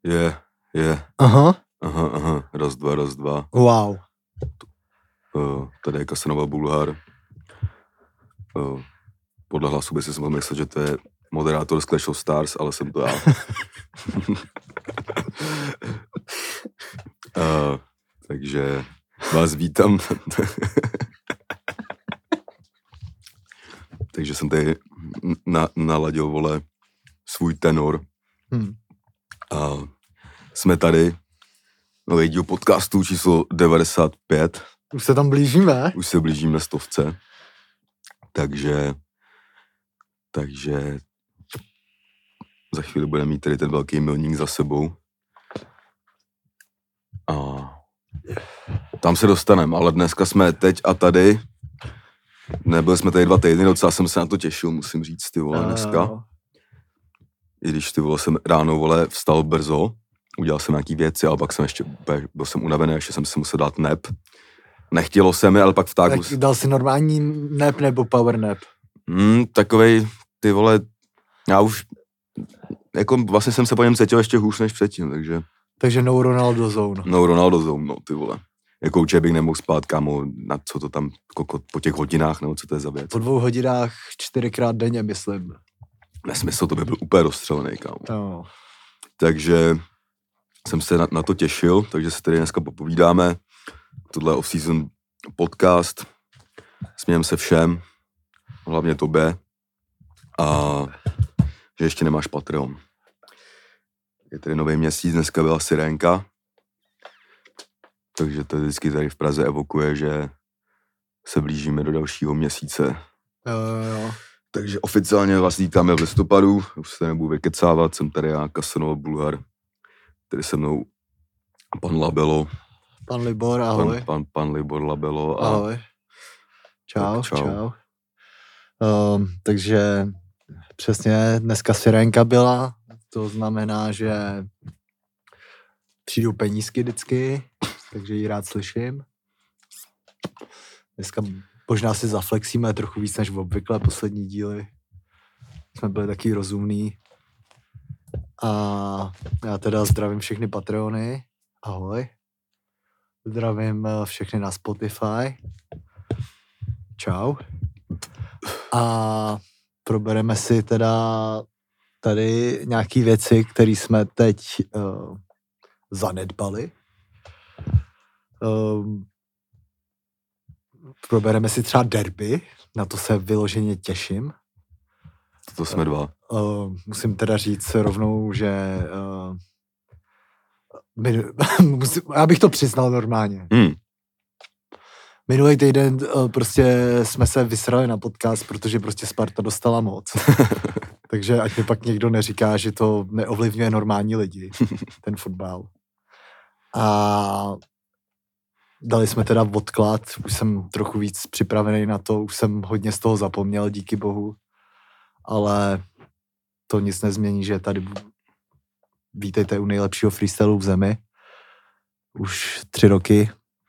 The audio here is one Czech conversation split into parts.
Je. Aha. Raz, dva. Wow. Tady je Casanova Bulhar. Podle hlasu by si mohl myslet, že to je moderátor z Clash of Stars, ale jsem to já. Takže vás vítám. Takže jsem tady naladil, vole, svůj tenor. A jsme tady. Nový díl podcastu číslo 95. Už se tam blížíme. Už se blížíme 100. Takže za chvíli budeme mít tady ten velký milník za sebou. A tam se dostaneme, ale dneska jsme teď a tady. Nebyli jsme tady 2 týdny, docela jsem se na to těšil, musím říct, ty vole, dneska. I když, ty vole, jsem ráno, vole, vstal brzo, udělal jsem nějaký věci, ale pak jsem ještě, byl jsem unavený, ještě jsem si musel dát nap. Nechtělo se mi, ale pak vtáhl. Tak dal si normální nap nebo power nap? Takovej, ty vole, já už, jako vlastně jsem se po něm cítil ještě hůř než předtím, takže. Takže no Ronaldo zone. No Ronaldo zone, no, ty vole. Jako určitě bych nemohl spát, kámo, na co to tam, po těch hodinách, nebo co to je za věc. Po 2 hodinách 4krát denně, myslím. Nesmysl, to by byl úplně rozstřelený, kámo. No. Takže jsem se na to těšil, takže se tady dneska popovídáme. Tohle je off-season podcast. Smějem se všem, hlavně tobě. A že ještě nemáš Patreon. Je tady nový měsíc, dneska byla Sirénka. Takže to vždycky tady v Praze evokuje, že se blížíme do dalšího měsíce. Jo. Takže oficiálně vás vítáme v listopadu, už se nebudu vykecávat, jsem tady já, Casanova Bulhar, tady se mnou pan Labelo. Pan Libor, ahoj. Pan Libor Labelo. A ahoj. Čau. Takže přesně dneska Sirénka byla, to znamená, že přijdou penízky vždycky, takže ji rád slyším. Dneska možná si zaflexíme trochu víc než obvykle poslední díly. Jsme byli taky rozumní. A já teda zdravím všechny Patreony. Ahoj. Zdravím všechny na Spotify. Čau. A probereme si teda tady nějaký věci, které jsme teď zanedbali. Probereme si třeba derby, na to se vyloženě těším. To jsme 2. Musím teda říct rovnou, že já bych to přiznal normálně. Minulý týden prostě jsme se vysrali na podcast, protože prostě Sparta dostala moc. Takže ať mi pak někdo neříká, že to neovlivňuje normální lidi, ten fotbal. A dali jsme teda odklad, už jsem trochu víc připravený na to, už jsem hodně z toho zapomněl, díky bohu. Ale to nic nezmění, že tady vítejte u nejlepšího freestylu v zemi. Už 3 roky.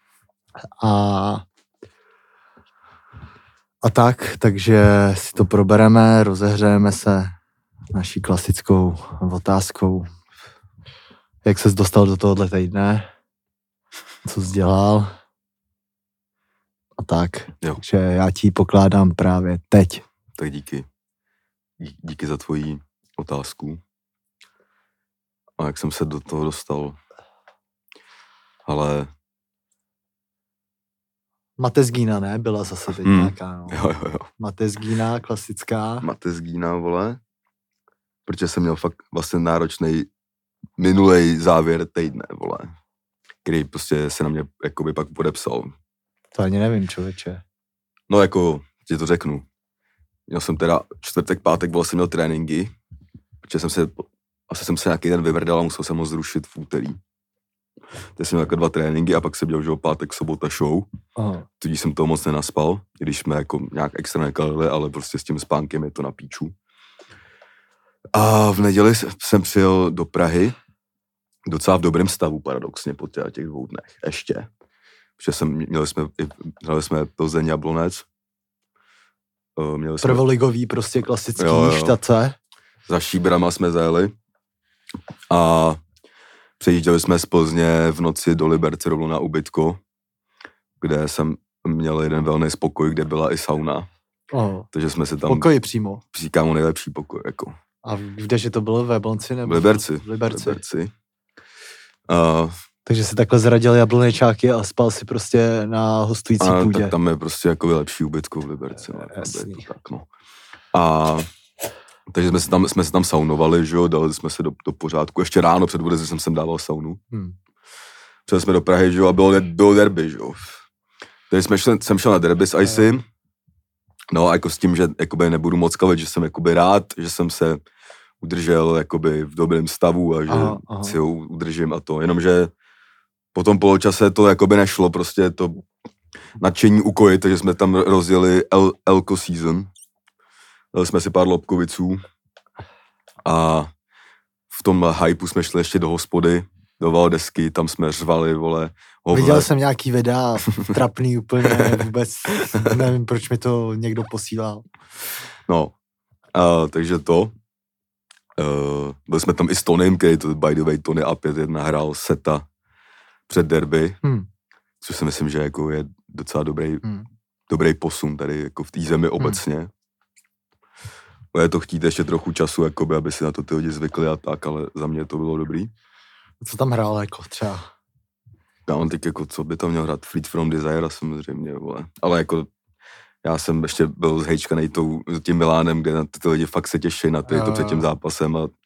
A takže si to probereme, rozehřejeme se naší klasickou otázkou. Jak ses dostal do tohohle týdne? Co jsi dělal? A tak. Jo. Takže já ti pokládám právě teď. Tak díky. Díky za tvoji otázku. A jak jsem se do toho dostal? Ale Matezgína, ne? Byla zase teď nějaká, no. Jo. Matezgína, klasická. Matezgína, vole. Protože jsem měl fakt vlastně náročný minulej závěr týdne, vole. Který prostě se na mě jakoby pak podepsal. To ani nevím, člověče. No jako, ti to řeknu. Měl jsem teda čtvrtek, pátek, vole, jsem měl tréninky. Protože jsem se nějaký den vyvrdal a musel jsem ho zrušit v úterý. Teď jsem měl jako 2 tréninky a pak jsem dělal, že pátek, sobota show. Aha. Tudíž jsem toho moc nenaspal, když jsme jako nějak extra nekalili, ale prostě s tím spánkem je to na píču. A v neděli jsem přijel do Prahy, docela v dobrém stavu, paradoxně, po těch 2 dnech. Ještě. Protože hráli jsme Plzeň Jablonec. Prvoligový prostě klasický jo. štace. Za Šíbrama jsme zajeli. A Přejížděli jsme z Plzně v noci do Liberce rovnou na Ubytko, kde jsem měl jeden velný spokoj, kde byla i sauna. Takže jsme se tam... Pokoj přímo. Říkám mu nejlepší pokoj, jako. A kdeže to bylo? V Jablonci nebo? V Liberci. V Liberci. Takže si takhle zradil jablonečáky a spal si prostě na hostující půdě. Tak tam je prostě jako lepší Ubytko v Liberci. Jasný. Tak, no. A takže jsme se tam saunovali, že jo, dali jsme se do pořádku. Ještě ráno před odjezdem jsem sem dával saunu. Přijeli jsme do Prahy, že jo, a bylo derby, že jo. Takže jsem šel na derby s Icy. No a jako s tím, že jakoby nebudu moc kavit, že jsem jakoby rád, že jsem se udržel jakoby v dobrém stavu a že si ho udržím a to. Jenomže po tom poločase to jakoby nešlo, prostě to nadšení ukojit, takže jsme tam rozjeli Elko season. Dali jsme si pár lobkoviců a v tom hypeu jsme šli ještě do hospody, do Valdesky, tam jsme řvali, vole. Viděl jsem nějaký videa, trapný úplně, vůbec nevím, proč mi to někdo posílal. No, takže to. Byli jsme tam i s Tonym, který to, by the way, Tony A5-1 hrál seta před derby, což si myslím, že jako je docela dobrý posun tady jako v té zemi obecně. Je to chtít ještě trochu času, jakoby, aby si na to ty lidi zvykli a tak, ale za mě to bylo dobrý. Co tam hrál jako třeba? Já on teď jako, co by tam měl hrát? Fleet from Desire samozřejmě, vole. Ale jako, já jsem ještě byl zhejčkanej tím Milánem, kde na ty lidi fakt se těší na to před tím zápasem a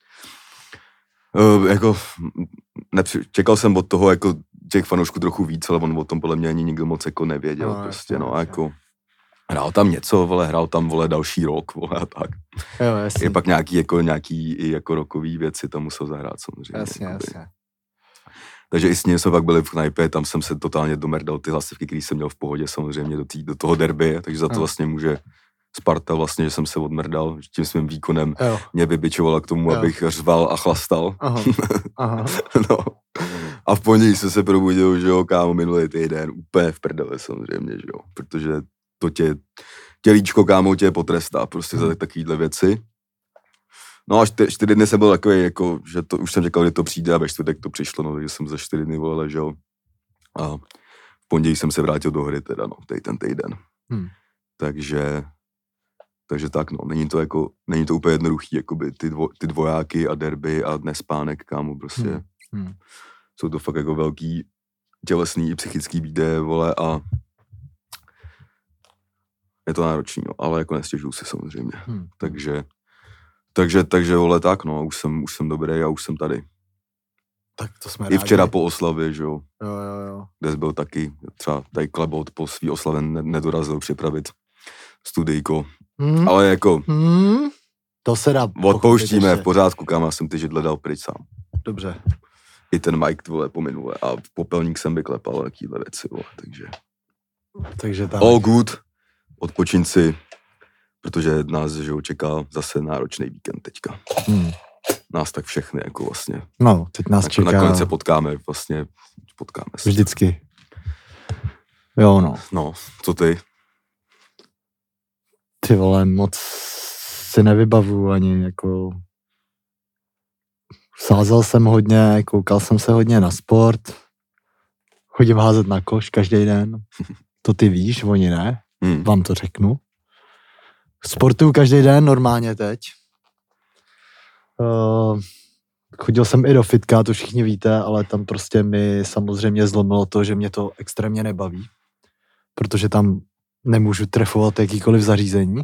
jako, čekal jsem od toho jako těch fanoušků trochu víc, ale on o tom podle mě ani nikdo moc jako nevěděl, prostě, no, jako. Hrál tam něco, vole, hrál tam, vole, další rok, vole, a tak. Jo, jasně. Je pak nějaký i jako rokový věci tam musel zahrát, samozřejmě. Jasně. Takže i s ním jsme pak byli v knajpě, tam jsem se totálně domerdal ty hlasivky, který jsem měl v pohodě samozřejmě do toho derby, takže za to vlastně může Sparta vlastně, že jsem se odmrdal, že tím svým výkonem mě vybičovala k tomu, abych řval a chlastal. Aha. No. A v pondělí jsem se probudil, že jo, kámo, minulý týden, úplně v prdele samozřejmě, že jo, protože to tělíčko, kámo, tě potrestá prostě za takovýhle věci. No a 4 dny jsem byl takový, jako, že to, už jsem čekal, kdy to přijde a ve čtvrtek to přišlo, no, takže jsem za 4 dny, vole, ležel. A v pondělí jsem se vrátil do hry teda, no, ten týden. Takže tak, no, není to úplně jednoduchý, jakoby ty dvojáky a derby a nespánek, kámo, prostě. Jsou to fakt jako velký tělesný i psychický výdaje, vole, a je to náročný, no, ale jako nestěžuju si samozřejmě. Takže vole, tak, no, už jsem dobrý a už jsem tady. Tak to jsme I rádi. včera po oslavě, že jo. Jo. Kde byl taky, třeba tady Klebot po svý oslavě nedorazil připravit studijko. Ale jako... To se dá odpouštíme, v pořádku, kam já jsem ty židle dal pryč sám. Dobře. I ten Mike, vole, pominule a popelník jsem vyklepal takýhle věci, vole, takže tak. All good, odpočin si, protože nás, že jo, čeká zase náročný víkend teďka. Nás tak všechny, jako vlastně. No, teď nás čeká... Nakonec se potkáme se. Vždycky. Jo, no. No, co ty? Ty vole, moc si nevybavu ani, jako... Sázel jsem hodně, koukal jsem se hodně na sport. Chodím házet na koš každý den. To ty víš, oni ne. Vám to řeknu. Sportuju každý den normálně teď. Chodil jsem i do fitka, to všichni víte, ale tam prostě mi samozřejmě zlomilo to, že mě to extrémně nebaví. Protože tam nemůžu trefovat jakýkoliv zařízení.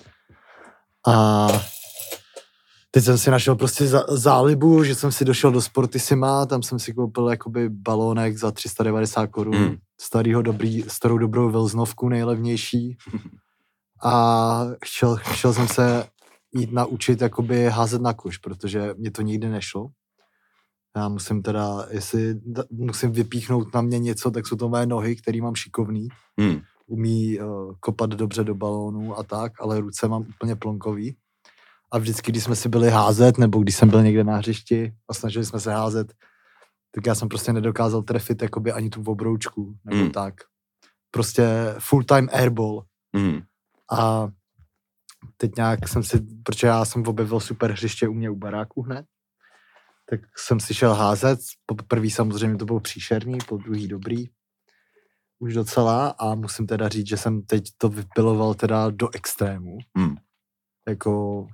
A teď jsem si našel prostě zálibu, že jsem si došel do Sportissima, tam jsem si koupil jakoby balónek za 390 korun, starou dobrou Vilznovku, nejlevnější. A chtěl jsem se jít naučit jakoby házet na koš, protože mě to nikdy nešlo. Já musím teda, jestli musím vypíchnout na mě něco, tak jsou to moje nohy, který mám šikovný. Umí kopat dobře do balónu a tak, ale ruce mám úplně plonkový. A vždycky, když jsme si byli házet, nebo když jsem byl někde na hřišti a snažili jsme se házet, tak já jsem prostě nedokázal trefit jakoby ani tu obroučku, nebo tak. Prostě full-time airball. A teď nějak jsem si, protože já jsem objevil super hřiště u mě u baráku hned, Tak jsem si šel házet, po prvý samozřejmě to bylo příšerný, po druhý dobrý, už docela a musím teda říct, že jsem teď to vypiloval teda do extrému. Jako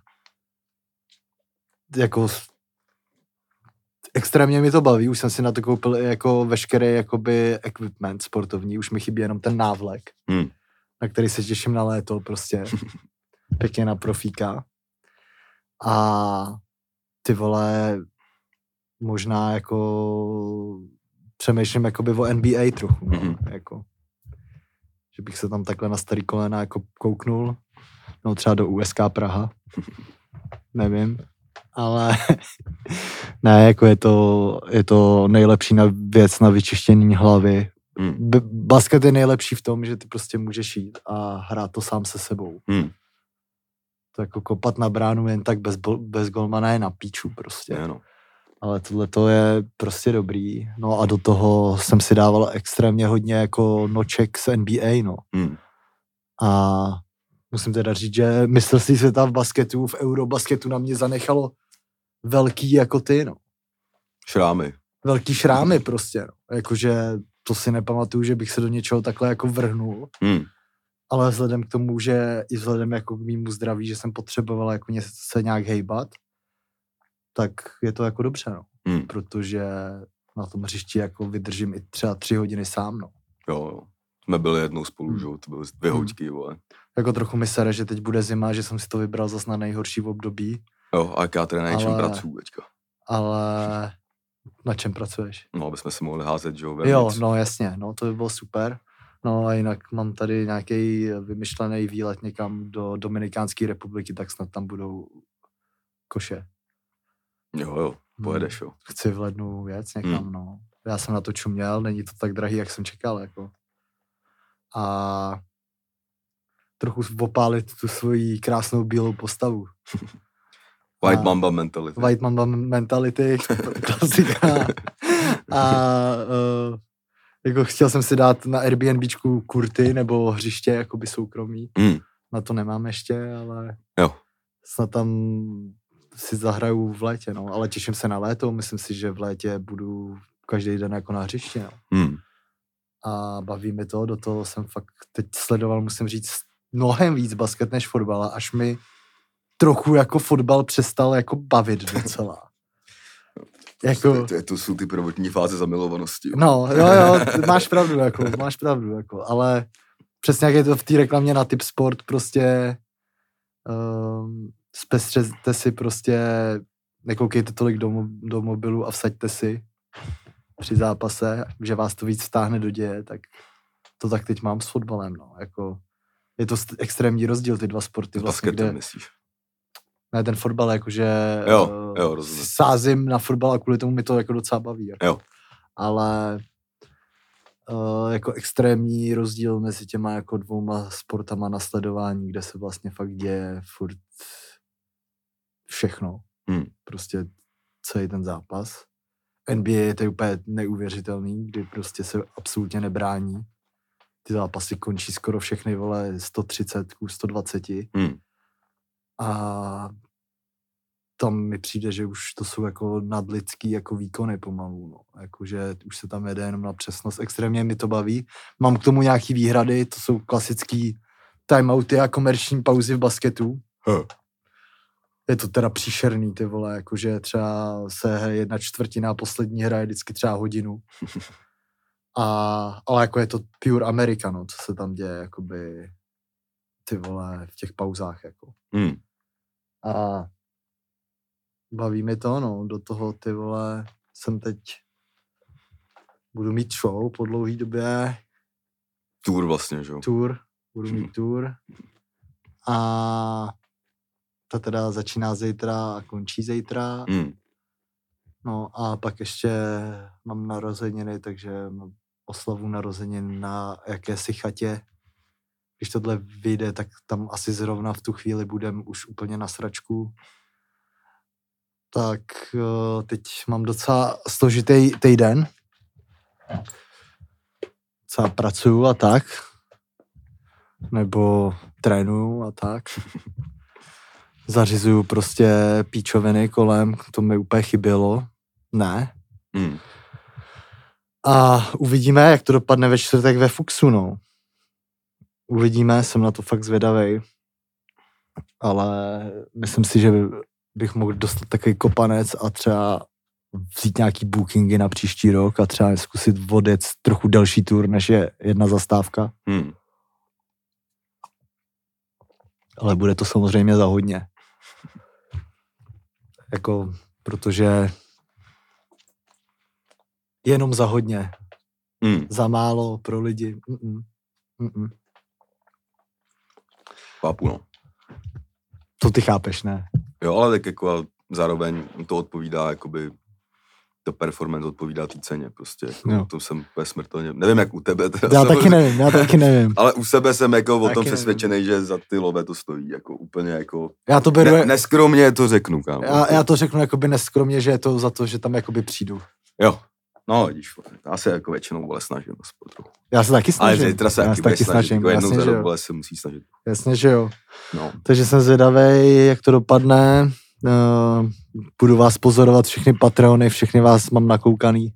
extrémně mi to baví, už jsem si na to koupil i jako veškerý jakoby equipment sportovní, už mi chybí jenom ten návlek, na který se těším na léto prostě, pěkně na profíka. A ty vole, možná jako přemýšlím jakoby o NBA trochu, jako, že bych se tam takhle na starý kolena jako kouknul, no třeba do USK Praha, nevím, ale ne, jako je to nejlepší věc na vyčištění hlavy. Basket je nejlepší v tom, že ty prostě můžeš jít a hrát to sám se sebou. To jako kopat na bránu jen tak bez golmana je na píču prostě. Ano. Ale tohle to je prostě dobrý. No a do toho jsem si dával extrémně hodně jako noček z NBA, no. A musím teda říct, že mistrovství světa v basketu, v Eurobasketu na mě zanechalo velký jako ty, no. Šrámy. Velký šrámy prostě, no. Jakože to si nepamatuju, že bych se do něčeho takhle jako vrhnul. Ale vzhledem k tomu, že i vzhledem jako k mýmu zdraví, že jsem potřeboval jako se nějak hejbat, tak je to jako dobře, no. Protože na tom hřišti jako vydržím i třeba 3 hodiny sám, no. Jo. Jsme byli jednou spolu, že? To byly 2 hoďky, vole. Jako trochu mi sere, že teď bude zima, že jsem si to vybral zas na nejhorší v období. Jo, a já teda na něčem pracuju teďka. Ale na čem pracuješ? No, aby jsme si mohli házet, že jo? Jo, no jasně, no to by bylo super. No a jinak mám tady nějaký vymyšlený výlet někam do Dominikánské republiky, tak snad tam budou koše. Jo, pojedeš, jo. Chci v lednu věc někam, no. Já jsem na to čuměl, není to tak drahý, jak jsem čekal, jako. A trochu opálit tu svoji krásnou bílou postavu. White Mamba mentality. White Mamba mentality, klasika. A jako chtěl jsem si dát na Airbnbčku kurty nebo hřiště, jakoby soukromí. Na to nemám ještě, ale snad tam si zahraju v létě, no. Ale těším se na léto, myslím si, že v létě budu každý den jako na hřišti, no. A baví mi to, do toho jsem fakt teď sledoval, musím říct, mnohem víc basket než fotbal, až mi trochu jako fotbal přestal jako bavit docela. Jako... To jsou ty prvotní fáze zamilovanosti. Jo. No, jo, máš pravdu, jako, ale přesně jak je to v té reklamě na Tip Sport, prostě zpestřete si prostě, nekoukejte tolik do mobilu a vsaďte si při zápase, že vás to víc vtáhne do děje, tak to tak teď mám s fotbalem, no, jako je to extrémní rozdíl, ty dva sporty vlastně, kde... myslíš? Ne, ten fotbal, jakože jo, rozumím. Sázím na fotbal a kvůli tomu mi to jako docela baví. Jako. Jo. Ale jako extrémní rozdíl mezi těma jako 2 sportama na sledování, kde se vlastně fakt děje furt všechno. Prostě celý ten zápas. NBA je to úplně neuvěřitelný, kdy prostě se absolutně nebrání. Ty zápasy končí skoro všechny, vole, 130 ku 120. A tam mi přijde, že už to jsou jako nadlidský jako výkony pomalu, no. Jakože už se tam jede jenom na přesnost. Extrémně mi to baví. Mám k tomu nějaký výhrady, to jsou klasický timeouty a komerční pauzy v basketu. Je to teda příšerný, ty vole, jakože třeba se 1/4 poslední hra je vždycky třeba hodinu. Ale jako je to pure America, no, co se tam děje, jakoby ty vole v těch pauzách, jako. A baví mi to, no, do toho ty vole jsem teď budu mít show po dlouhý době. Tour vlastně, že jo? Budu mít tour. A ta teda začíná zítra a končí zítra. No a pak ještě mám narozeniny, takže mám oslavu narozenin na jakési chatě. Když tohle vyjde, tak tam asi zrovna v tu chvíli budem už úplně na sračku. Tak teď mám docela složitý týden. Co pracuju a tak. Nebo trénuju a tak. Zařizuju prostě píčoviny kolem, to mi úplně chybělo. Ne. A uvidíme, jak to dopadne ve čtvrtek ve Fuxu, no. Uvidíme, jsem na to fakt zvědavej. Ale myslím si, že bych mohl dostat takový kopanec a třeba vzít nějaký bookingy na příští rok a třeba zkusit odjet trochu delší tour, než je jedna zastávka. Ale bude to samozřejmě za hodně. Jako, protože jenom za hodně. Za málo pro lidi. Chápu, no. To ty chápeš, ne? Jo, ale tak jako zároveň to odpovídá, jakoby to performance odpovídá té ceně, prostě. Jako, to jsem úplně smrtelně, nevím jak u tebe. Teda já taky nevím. Ale u sebe jsem jako o tom přesvědčený, že za ty love to stojí, jako úplně jako... Já to beru... Neskromně to řeknu, kámo. Já to řeknu jakoby neskromně, že je to za to, že tam jakoby přijdu. Jo. No, vidíš, já se jako většinou vole snažím. Já se taky snažím. Ale zítra se taky snažím. Jako jednou za rok se musí snažit. Jasně, že jo. No. Takže jsem zvědavej, jak to dopadne. Budu vás pozorovat, všechny Patreony, všechny vás mám nakoukaný.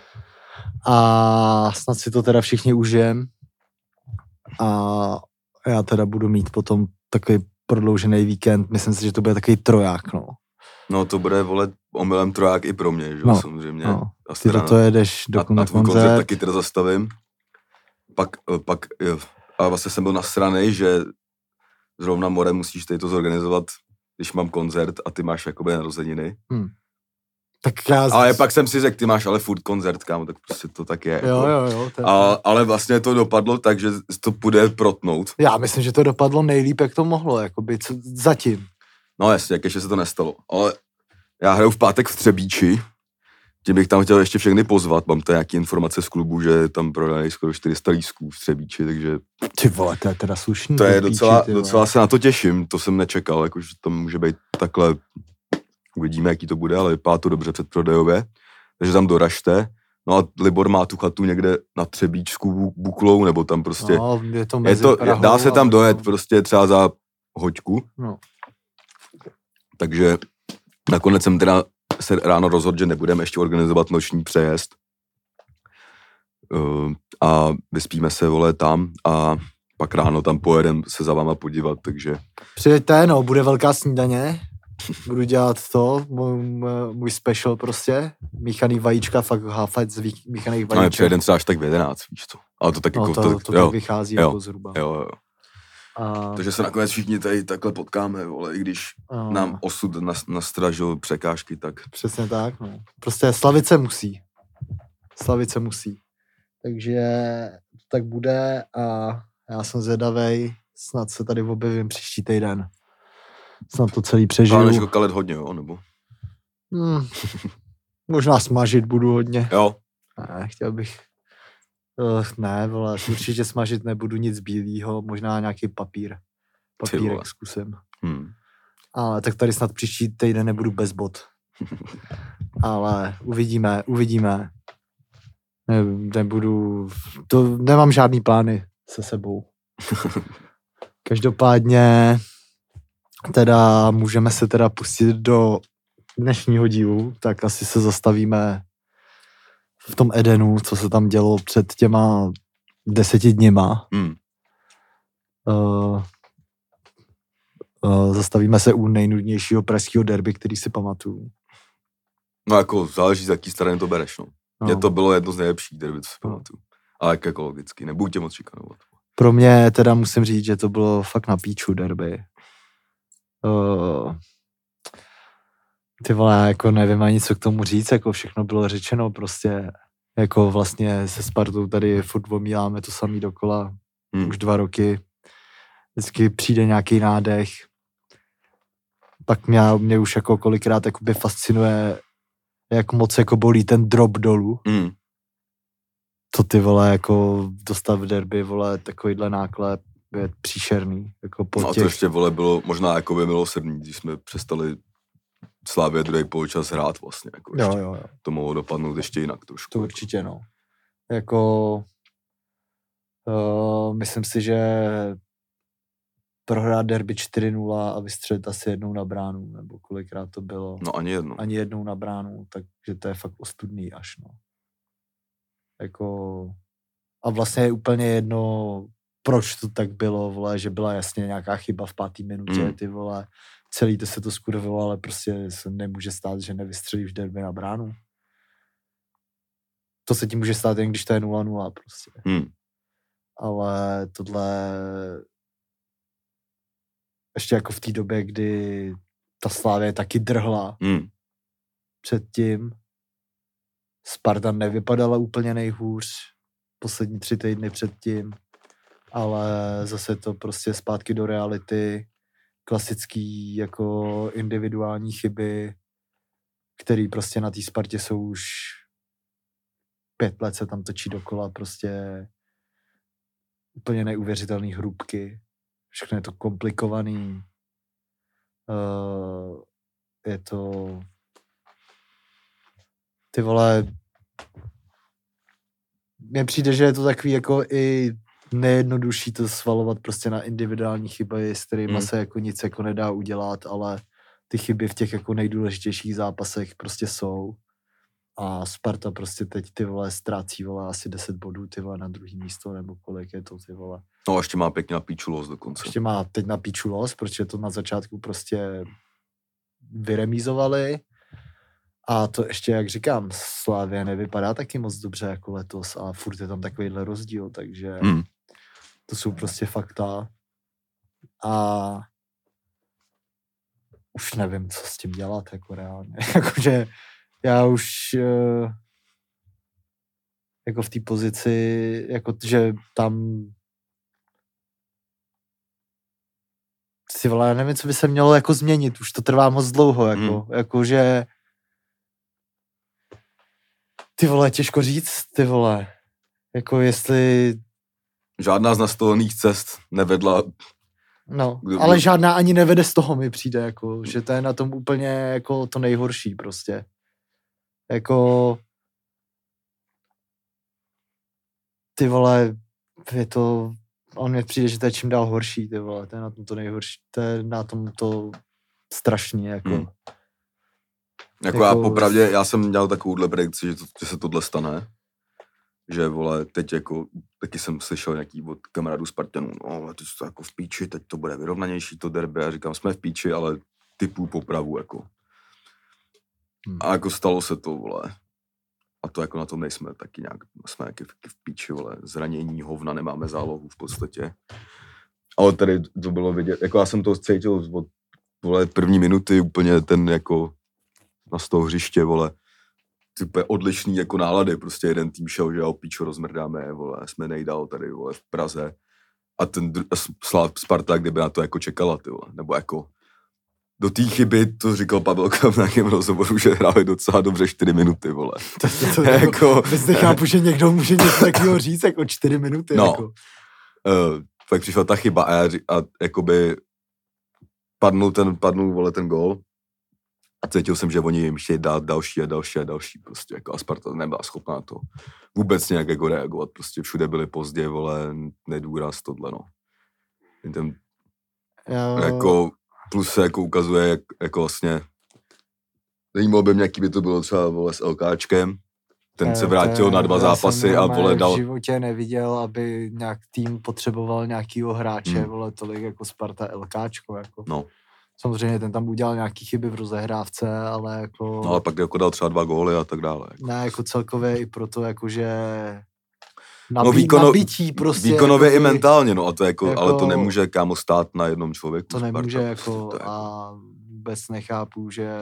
A snad si to teda všichni užijem. A já teda budu mít potom takový prodloužený víkend. Myslím si, že to bude takový troják, no. No to bude, vole, omylem troják i pro mě, že samozřejmě. No. Ty to jedeš na koncert. Taky teda zastavím. Pak a vlastně jsem byl nasranej, že zrovna more musíš tady to zorganizovat, když mám koncert a ty máš jakoby narozeniny. Tak já... Ale pak jsem si řekl, ty máš ale furt koncert, kámo, tak prostě to tak je. Jo. Ale vlastně to dopadlo tak, že to půjde protnout. Já myslím, že to dopadlo nejlíp, jak to mohlo, jakoby zatím. No jasně, jak ještě se to nestalo. Ale já hraju v pátek v Třebíči, tím bych tam chtěl ještě všechny pozvat. Mám tady nějaké informace z klubu, že tam prodají skoro 400 lístků v Třebíči, takže... Ty vole, to je teda slušný. To je docela se na to těším, to jsem nečekal, jakože tam může být takhle, uvidíme, jaký to bude, ale vypadá to dobře předprodejově, takže tam doražte. No a Libor má tu chatu někde na Třebíčskou Buklou, nebo tam prostě... No, je to mezi Prahou, dá se tam dojet prostě třeba za hoďku. No. Takže nakonec jsem teda se ráno rozhodl, že nebudeme ještě organizovat noční přejezd. A vyspíme se, vole, tam a pak ráno tam pojedem se za váma podívat, takže... Přijďte, no, bude velká snídaně. Budu dělat to, můj special prostě. Míchaný vajíčka, fakt háfať z míchaných vajíček. No, přijedem třeba až tak v 11, víš co. Ale to tak no, jako... To tak vychází jako zhruba. Jo. Takže se nakonec všichni tady takhle potkáme, vole, i když nám osud nastražil překážky, tak... Přesně tak, no. Prostě slavit se musí. Takže tak bude a já jsem zvědavej, snad se tady objevím příští týden. Snad to celý přežiju. Plánuješ jako kalet hodně, jo, nebo? Možná smažit budu hodně. Jo. Ne, chtěl bych... ne, vole, určitě smažit nebudu nic bílýho, možná nějaký papírek zkusím. Ale tak tady snad příští týden nebudu bez bot. Ale uvidíme. Nemám žádný plány se sebou. Každopádně teda můžeme se teda pustit do dnešního dílu, tak asi se zastavíme v tom Edenu, co se tam dělo před těma 10 dněma. Zastavíme se u nejnudnějšího pražského derby, který si pamatuju. No jako záleží, z jaký strany to bereš, no. Mně to bylo jedno z nejlepších derby, co si pamatuju. Ale jako logicky, nebuď tě moc šikanovat. Pro mě teda musím říct, že to bylo fakt na píču derby. Ty vole, jako nevím ani co k tomu říct, jako všechno bylo řečeno, prostě jako vlastně se Spartou tady furt omíláme to samý dokola, už 2 roky, vždycky přijde nějaký nádech, pak mě už jako kolikrát jakoby fascinuje, jak moc jako bolí ten drop dolů, to ty vole, jako dostat v derby, vole, takovýhle náklep je příšerný, jako po no to ještě, vole, bylo možná jako by milosrdný, když jsme přestali Slávě druhý poločas hrát vlastně, jako jo. To mohlo dopadnout ještě jinak trošku. To určitě, no. Jako myslím si, že prohrát derby 4-0 a vystřelit asi jednou na bránu, nebo kolikrát to bylo. No ani jednou. Ani jednou na bránu, takže to je fakt ostudný až, no. Jako... A vlastně je úplně jedno, proč to tak bylo, vole, že byla jasně nějaká chyba v 5. minutě, ty vole, celý to se to skurvilo, ale prostě se nemůže stát, že nevystřelíš derby na bránu. To se ti může stát jen, když to je 0-0 prostě. Ale tohle ještě jako v té době, kdy ta Slavie taky drhla předtím. Sparta nevypadala úplně nejhůř poslední 3 týdny předtím, ale zase to prostě zpátky do reality, klasický jako individuální chyby, který prostě na té Spartě jsou už 5 let se tam točí dokola, prostě úplně neuvěřitelný hrubky, všechno je to komplikovaný, je to ty vole, mně přijde, že je to takový jako i nejjednodušší to svalovat prostě na individuální chyby, s kterými se jako nic jako nedá udělat, ale ty chyby v těch jako nejdůležitějších zápasech prostě jsou. A Sparta prostě teď ty vole ztrácí vole asi 10 bodů ty vole na druhý místo, nebo kolik je to ty vole. No a ještě má pěkně na píču los dokonce. Ještě má teď na píču los, protože to na začátku prostě vyremízovali. A to ještě, jak říkám, Slavia nevypadá taky moc dobře jako letos a furt je tam takovýhle rozdíl, takže to jsou prostě fakta. A už nevím, co s tím dělat, jako reálně. Jakože já už jako v té pozici, jako že tam si vole, já nevím, co by se mělo jako změnit, už to trvá moc dlouho, jakože ty vole, těžko říct, ty vole, jako jestli... Žádná z nastolených cest nevedla... No, ale žádná ani nevede z toho, mi přijde, jako, že to je na tom úplně jako to nejhorší prostě. Jako... Ty vole, je to... On mi přijde, že to je čím dál horší, ty vole, to je na tom to nejhorší, to je na tom to strašný, jako... Jako já popravdě, já jsem měl takovouhle predikci, že se tohle stane, že vole, teď jako, taky jsem slyšel nějaký od kamarádů Spartanů, no, teď to jako v píči, teď to bude vyrovnanější to derby, a říkám, jsme v píči, ale typů popravu, jako. A jako stalo se to, vole, a to jako na tom nejsme taky nějak, jsme taky v píči, vole, zranění, hovna, nemáme zálohu v podstatě. Ale tady to bylo vidět, jako já jsem to cítil od, vole, první minuty, úplně ten jako z toho hřiště, vole, úplně odlišný jako nálady, prostě jeden tým šel, že jo, píčo, rozmrdáme, vole, jsme nejdál tady, vole, v Praze a ten Sparta, kdyby na to jako čekala, ty vole, nebo jako do té chyby, to říkal Pavelka v nějakém rozhovoru, že hráli docela dobře 4 minuty, vole. To jako... Vůbec nechápu, že někdo může něco takového říct, jako 4 minuty, no, jako. Tak přišla ta chyba a jakoby padnul, vole, ten gól. A cítil jsem, že oni jim chtějí dát další a další, prostě, jako a Sparta nebyla schopná to vůbec nějak jako reagovat, prostě všude byli pozdě, vole, nedůraz, tohle, no. Jako, plus se jako ukazuje, jak, jako vlastně, zajímalo by mě, jaký by to bylo třeba, vole, s LKčkem, ten se vrátil na 2 zápasy a, vole, dal... v životě neviděl, aby nějak tým potřeboval nějakýho hráče, vole, tolik jako Sparta LKčko, jako. No. Samozřejmě ten tam udělal nějaký chyby v rozehrávce, ale jako... No ale pak jako dal třeba 2 góly a tak dále. Jako. Ne, jako celkově i proto, jakože... Nabití prostě... Výkonově jako, i mentálně, no a to jako, ale to nemůže, kámo, stát na jednom člověku. To nemůže, Sparta, jako, prostě, a vůbec nechápu, že...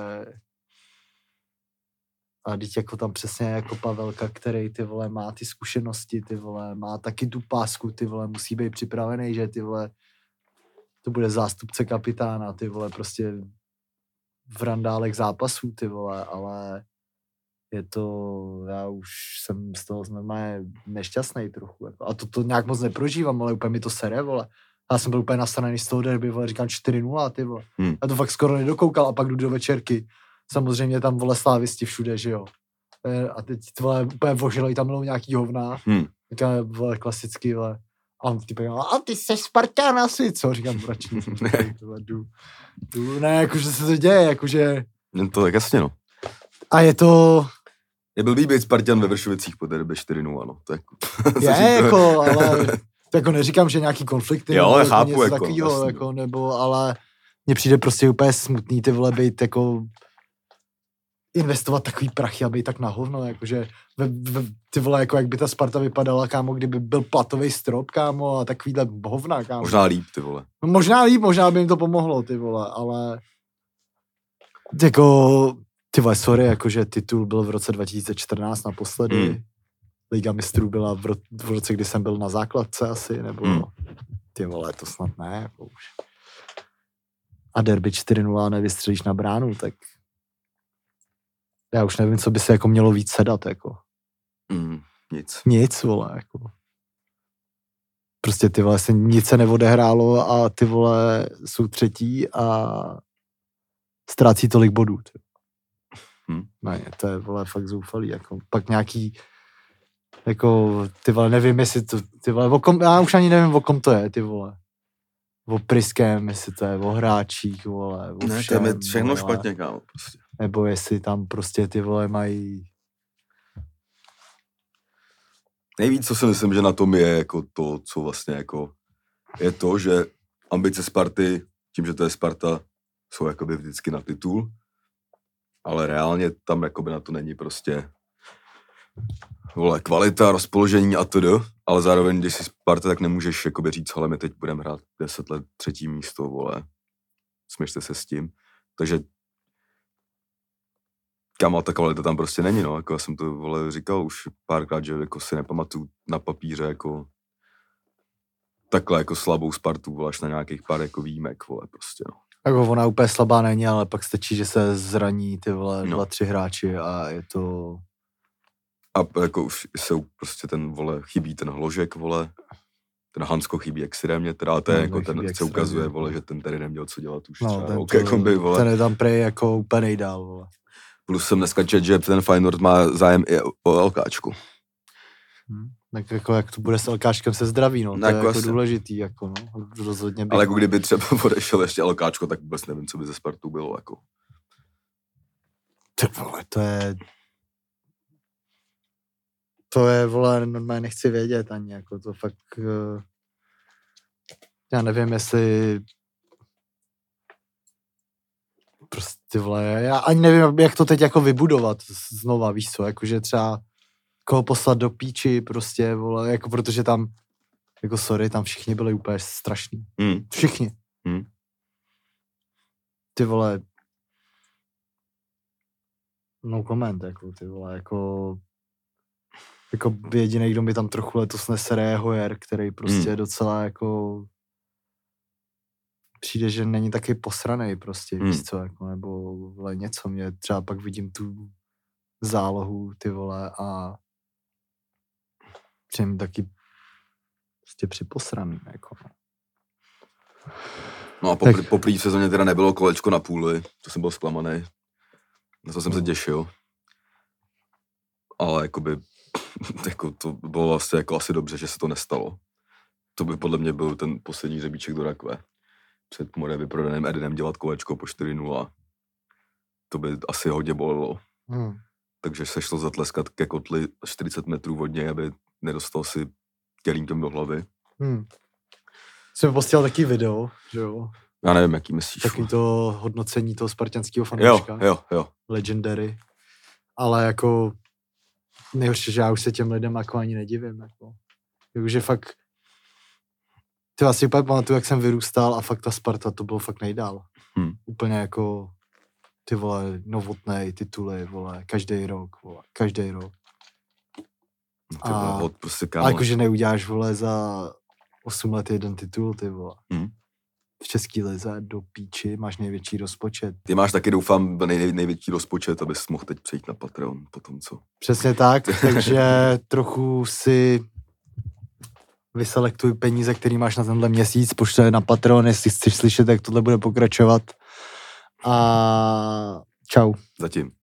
A teď jako tam přesně jako Pavelka, který, ty vole, má ty zkušenosti, ty vole, má taky tu pásku, ty vole, musí být připravený, že ty vole... To bude zástupce kapitána, ty vole, prostě v randálech zápasů, ty vole, ale je to, já už jsem z toho normálně nešťastnej trochu, jako. A to nějak moc neprožívám, ale úplně mi to sere, vole. Já jsem byl úplně nasraný z toho derby, vole, říkám 4-0, ty vole. Já to fakt skoro nedokoukal a pak jdu do večerky. Samozřejmě tam, vole, slávisti všude, že jo. A teď, vole, úplně vožilej, tam bylo nějaký hovna. Říkám, vole, klasicky, vole. A on typ, a ty jsi Spartan asi, co? Říkám, mračný. Ne, jakože se to děje, jakože... To tak jasně, no. A je to... Je blbý být Spartan ve Vršovicích po té době 4-0, no. To jako, ale... To jako neříkám, že nějaký konflikty, jo, nebo chápu, něco jako, takového, jako, nebo, ale mně přijde prostě úplně smutný ty vole být jako investovat takový prachy a být tak na hovno, jakože ty vole, jako jak by ta Sparta vypadala, kámo, kdyby byl platový strop, kámo, a takovýhle hovna, kámo. Možná líp, ty vole. No, možná líp, možná by jim to pomohlo, ty vole, ale jako, ty vole, sorry, jakože titul byl v roce 2014 naposledy, Liga mistrů byla v roce, kdy jsem byl na základce asi, nebo ty vole, to snad ne, jako už. A derby 4-0 nevystřelíš na bránu, tak já už nevím, co by se jako mělo víc sedat, jako. Nic. Nic, vole, jako. Prostě ty vole, nic se neodehrálo a ty vole jsou třetí a ztrácí tolik bodů. Ne, to je, vole, fakt zoufalý, jako. Pak nějaký jako, ty vole, nevím, jestli to, ty vole, já už ani nevím, o kom to je, ty vole. O Priském, jestli to je o hráčích, vole. Ne, to je všechno špatně, kámo, prostě. Nebo jestli tam prostě ty vole mají... Nejvíc, co si myslím, že na tom je jako to, co vlastně jako je to, že ambice Sparty, tím, že to je Sparta, jsou jakoby vždycky na titul, ale reálně tam jakoby na to není prostě vole, kvalita, rozpoložení a td. Ale zároveň, když jsi Sparta, tak nemůžeš jakoby říct, ale my teď budeme hrát 10 let 3. místo, vole. Směšte se s tím. Takže kámo, ta kvalita tam prostě není, no. Jako já jsem to, vole, říkal už párkrát, že jako si nepamatuju na papíře, jako takhle jako slabou Spartu, vole, až na nějakých pár jako výjimek, vole, prostě, no. Jako ona úplně slabá není, ale pak stačí, že se zraní ty vole 2-3 hráči a je to... A jako už se prostě ten, vole, chybí ten Hložek, vole, ten Hansko chybí extrémně, teda to je jako ten se ukazuje, vole, že ten tady neměl co dělat už třeba, no, ten je tam prej jako úplně nejdál, vole. Plus jsem dneska čet, že ten Feyenoord má zájem i o LKčku. Tak jako jak to bude s LKčkem se zdraví, no, to je jako důležitý, jako no, rozhodně by... Ale jako kdyby třeba odešel ještě LKčko, tak vůbec nevím, co by ze Spartu bylo, jako. Ty vole, to je, vole, normálně nechci vědět ani, jako to fakt, já nevím, jestli prostě, vole, já ani nevím, jak to teď jako vybudovat znova, víš co, jakože třeba koho poslat do píči, prostě, vole, jako protože tam, jako sorry, tam všichni byli úplně strašní. Všichni. Ty vole, no comment, jako ty vole, jako jedinej, kdo mi tam trochu letos nesere je Hoyer, který prostě docela jako přijde, že není taky posranej prostě, víš co, jako, nebo vole něco, mě třeba pak vidím tu zálohu, ty vole, a přijím taky prostě připosraný, jako. No a po prý sezóně teda nebylo kolečko na půli, to jsem byl zklamaný, na to jsem se těšil, ale jakoby jako to bylo vlastně jako asi dobře, že se to nestalo. To by podle mě byl ten poslední hřebíček do rakve. Před more vyprodaným Edenem dělat kolečko po 4-0. To by asi hodně bolelo. Takže se šlo zatleskat ke kotli 40 metrů od něj, aby nedostal si tělínkem do hlavy. Jsem postěl taky video, že jo? Já nevím, jaký myslíš. Taky to hodnocení toho spartanského fanouška. Jo. Legendary. Ale jako nejhorší, že já už se těm lidem jako ani nedivím. Jako. Jakože fakt ty vás si úplně pamatuju, jak jsem vyrůstal a fakt ta Sparta, to bylo fakt nejdál. Úplně jako ty vole, novotnej tituly, vole, každý rok, vole, každý rok. No, prostě a jakože neuděláš, vole, za 8 let jeden titul, ty vole. V český lize do píči máš největší rozpočet. Ty máš taky, doufám, největší rozpočet, abys mohl teď přejít na Patreon potom, co? Přesně tak, takže trochu si vyselektuj peníze, který máš na tenhle měsíc, pošle na Patreon, jestli chceš slyšet, jak tohle bude pokračovat. A čau. Zatím.